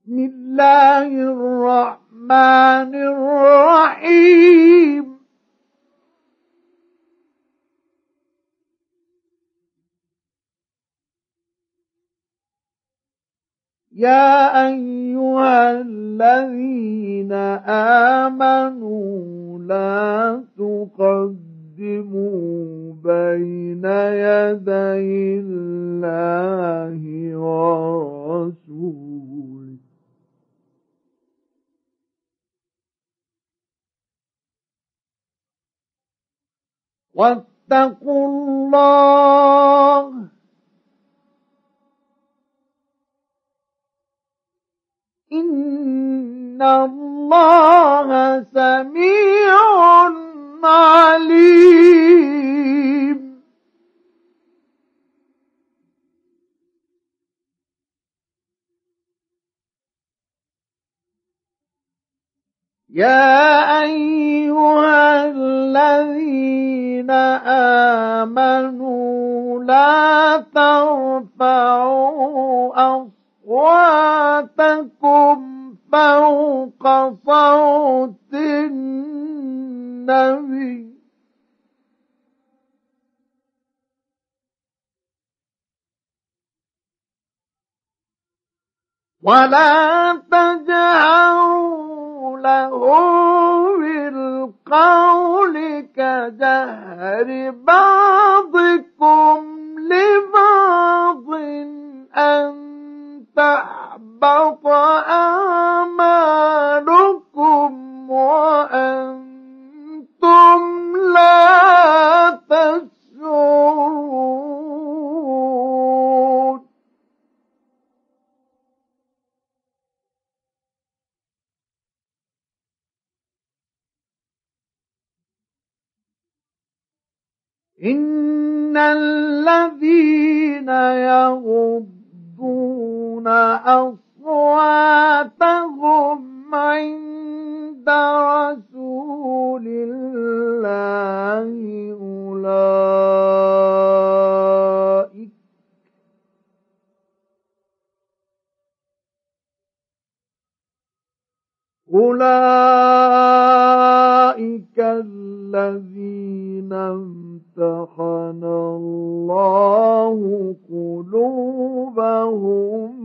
بسم الله الرحمن الرحيم يا أيها الذين آمنوا لا تقدموا بين يدي الله ورسوله واتقوا الله إن الله سميع عليم يا أيها الذين آمنوا لا ترفعوا أصواتكم فوق صوت النبي ولا تجهروا له بالقول كجهر بعضكم لبعض أن تحبط أعمالكم وأنتم لا تشعرون إن الذين يغضون أصواتهم عند رسول الله أولئك الذين امتحن الله قلوبهم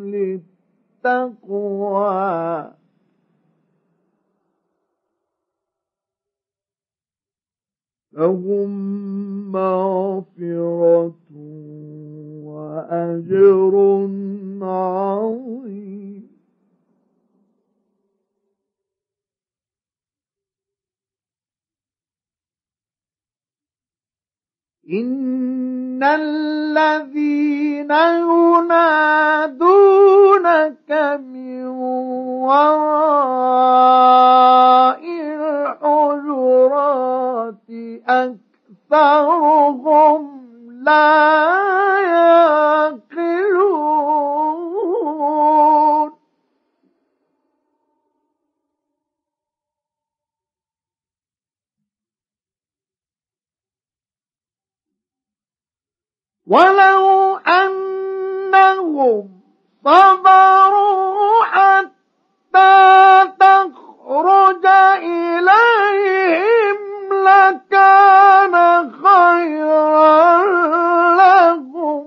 للتقوى لهم مغفرة وأجر عظيم إن الذين ينادونك من وراء الحجرات أكثرهم لا يعقلون ولو أنهم صبروا حتى تخرج إليهم لكان خيرا لهم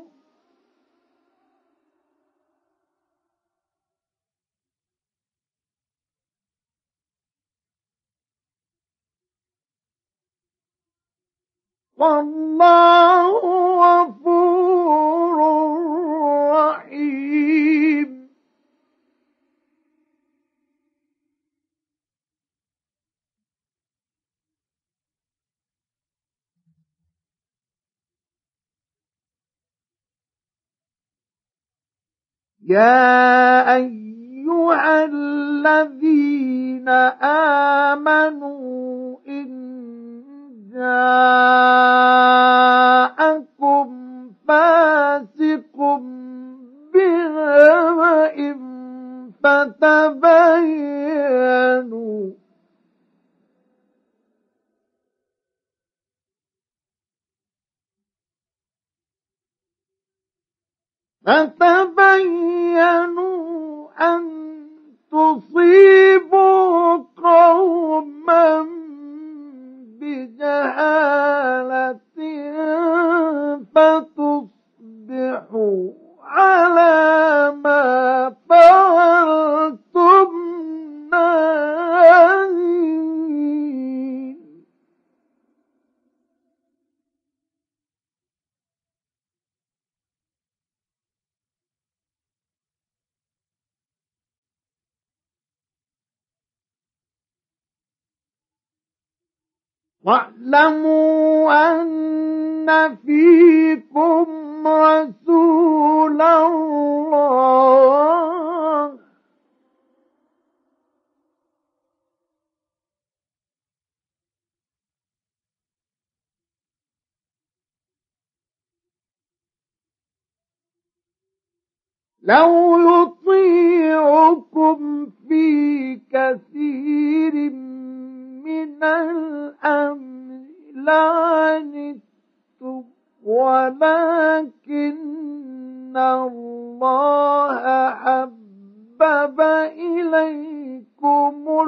والله غفور رحيم يا أيها الذين آمنوا إن جاءكم فاسق بنبأ فتبينوا أن تصيبوا قوما بجهالة فتصبحوا على ما فعلتم نادمين. واعلموا أن فيكم رسول الله لو يطيعكم في كثير من الأمر لعنتم ولكن الله حبب إليكم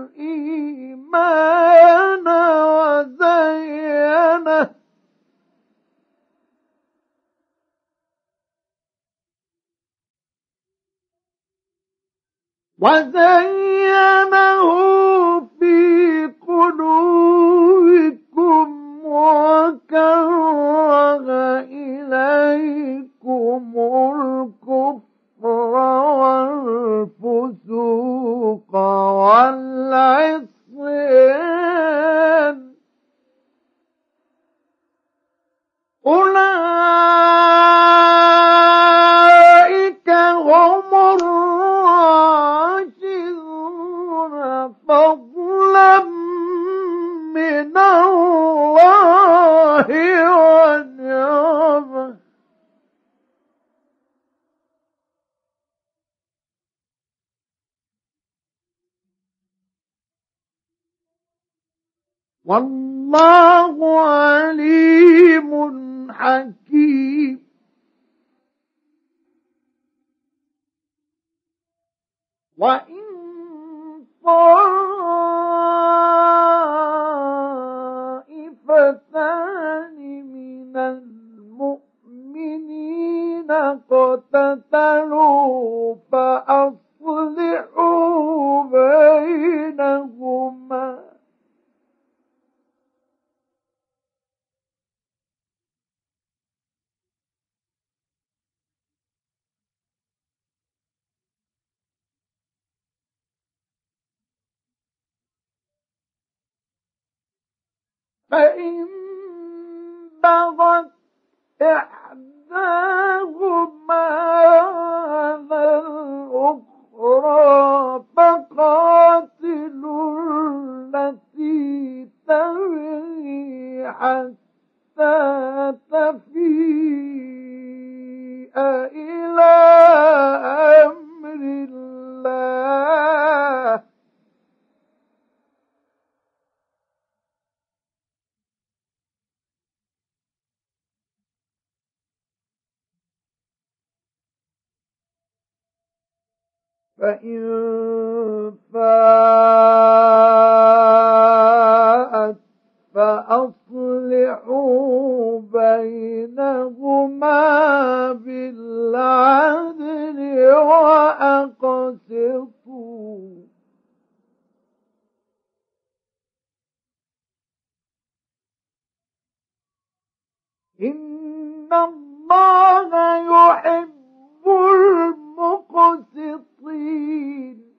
الإيمان وزينه في قلوبكم وكره إليكم الكفر والفسوق والعصيان أولئك هم الراشدون فضلا من الله ونعمه. والله عليم حكيم. وإن طائفتان من المؤمنين اقتتلوا فأصلحوا بينهما فإن بغت إحداهما على الأخرى فقاتلوا التي تبغي حتى تفيء إلى أمر الله فإن فاءت فأصلحوا بينهما بالعدل وأقسطوا إن الله يحب المقسطين.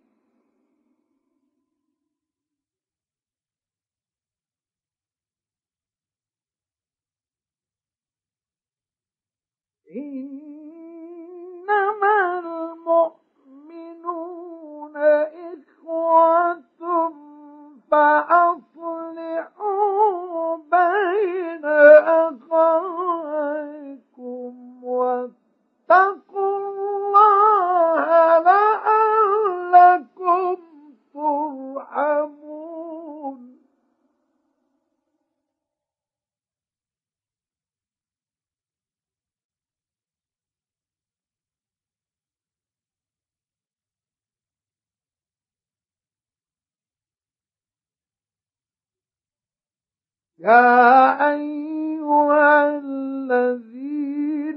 إنما المؤمنون إخوة فأصلحوا بين أخويكم واتقوا الله لعلكم ترحمون. يا أيها الذين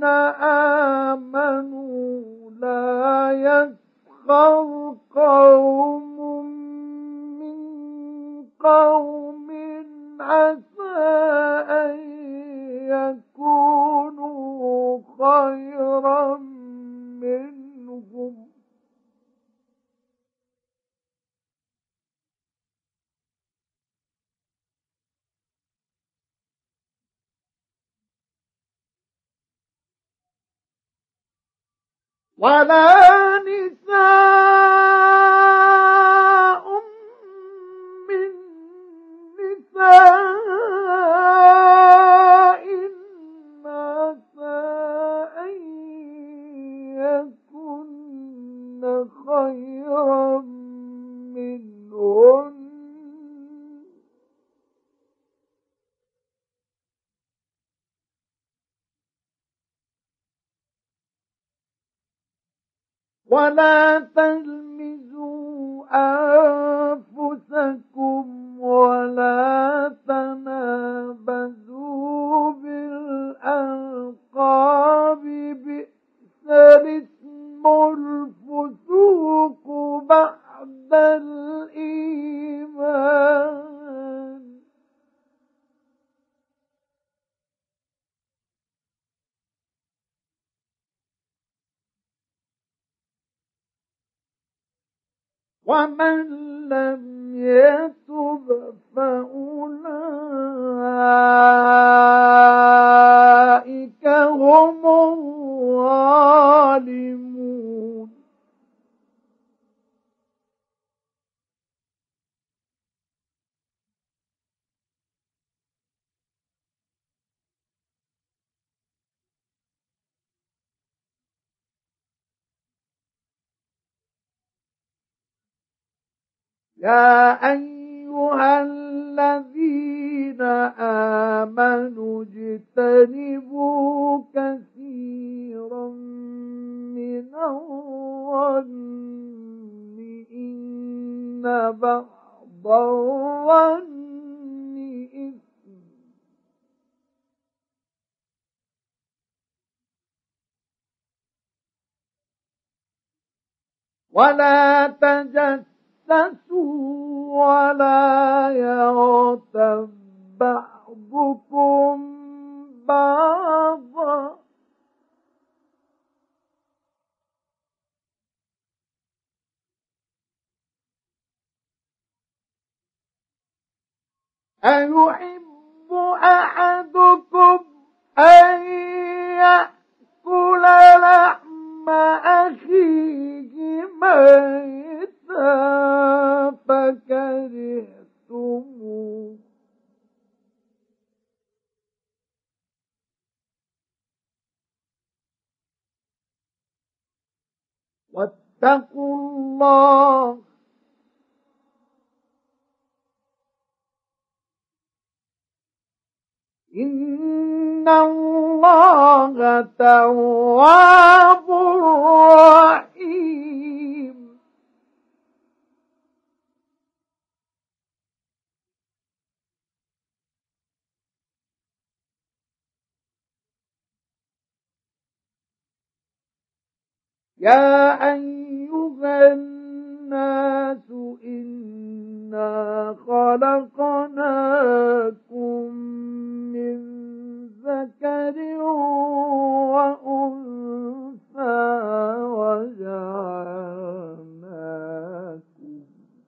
آمنوا لا يسخر قوم من قوم عسى أن يكونوا خيرا منهم ولا نساء من نساء عسى أن يكن خيرا منهن ولا تلمزوا أنفسكم ولا تنابزوا بالألقاب بئس الاسم الفسوق بعد الإيمان ومن لم يتب فأولئك هم الظالمون يا أيها الذين آمنوا اجتنبوا كثيرا من الظن إن بعض الظن إثم ولا تجسسوا ولا يغتب بعضكم بعضا أيحب أحدكم أن يأكل لحم أخيه ميتا فكرهتموه واتقوا الله إن الله تواب رحيم يا أيها الناس إنا خلقناكم من ذكر وأنثى وجعلناكم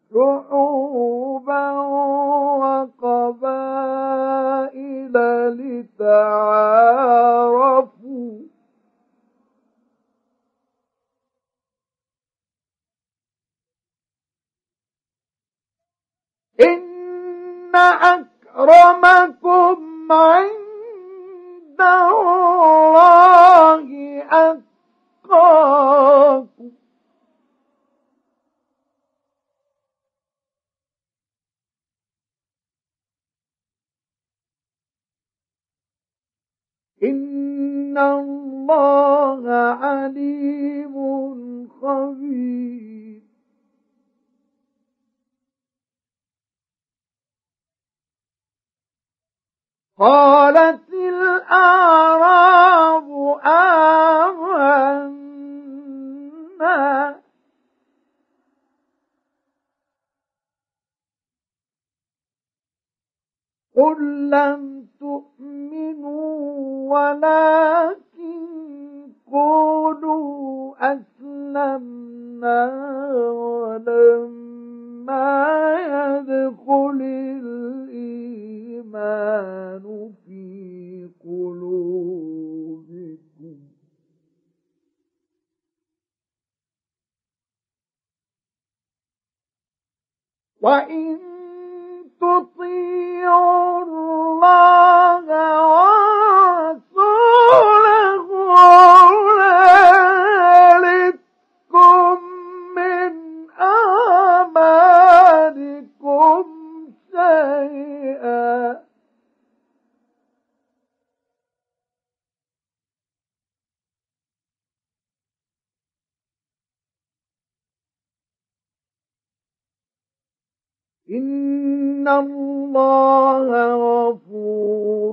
شعوبا وقبائل لتعارفوا إن أكرمكم عند الله أتقاكم إن الله عليم خبير قالت الأعراب آمنا قل لم تؤمنوا ولكن قولوا أسلمنا ولما يدخل الإيمان في قلوبكم وإن تطيعوا الله ورسوله لا يلدكم من أعمالكم شيئا إن الله غفور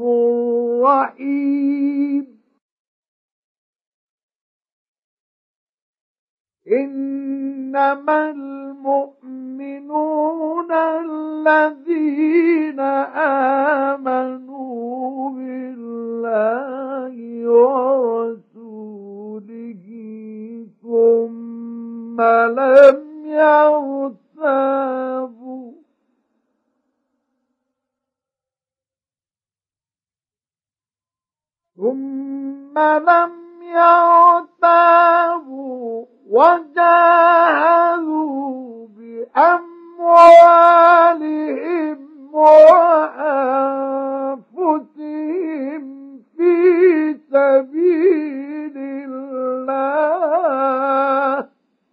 رحيم إنما المؤمنون الذين آمنوا بالله ورسوله ثم لم يرتابوا وجاهدوا بأموالهم وأنفسهم في سبيل الله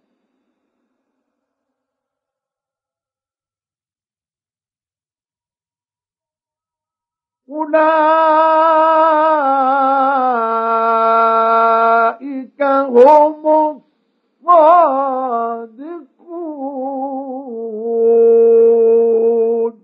أولئك هم الصادقون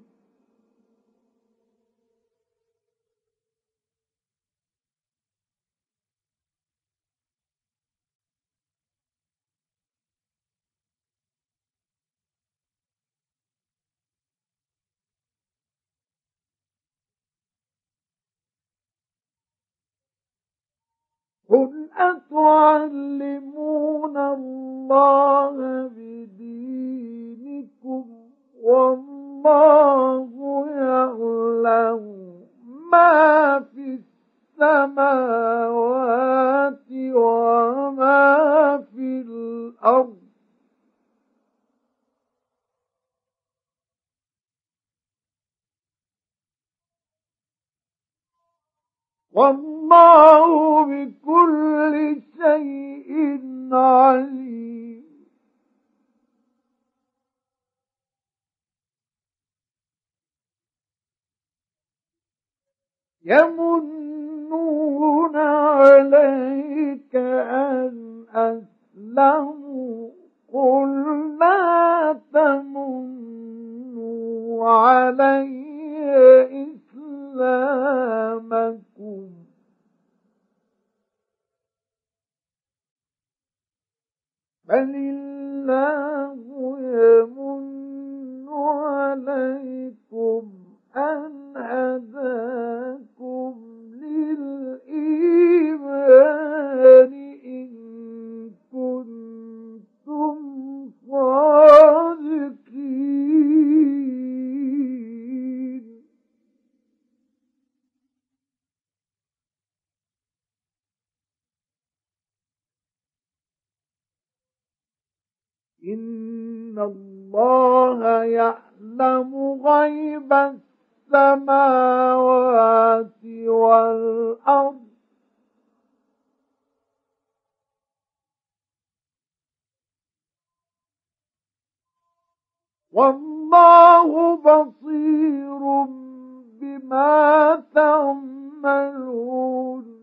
قل أتعلمون الله بدينكم والله يعلم ما في السماوات وما في الأرض والله بكل شيء عليم يمنون عليك أن أسلموا قل لا تمنوا علي إسلامكم بل الله يمن عليكم أن هداكم للإيمان إن كنتم صادقين إن الله يعلم غيب السماوات والأرض والله بصير بما تعملون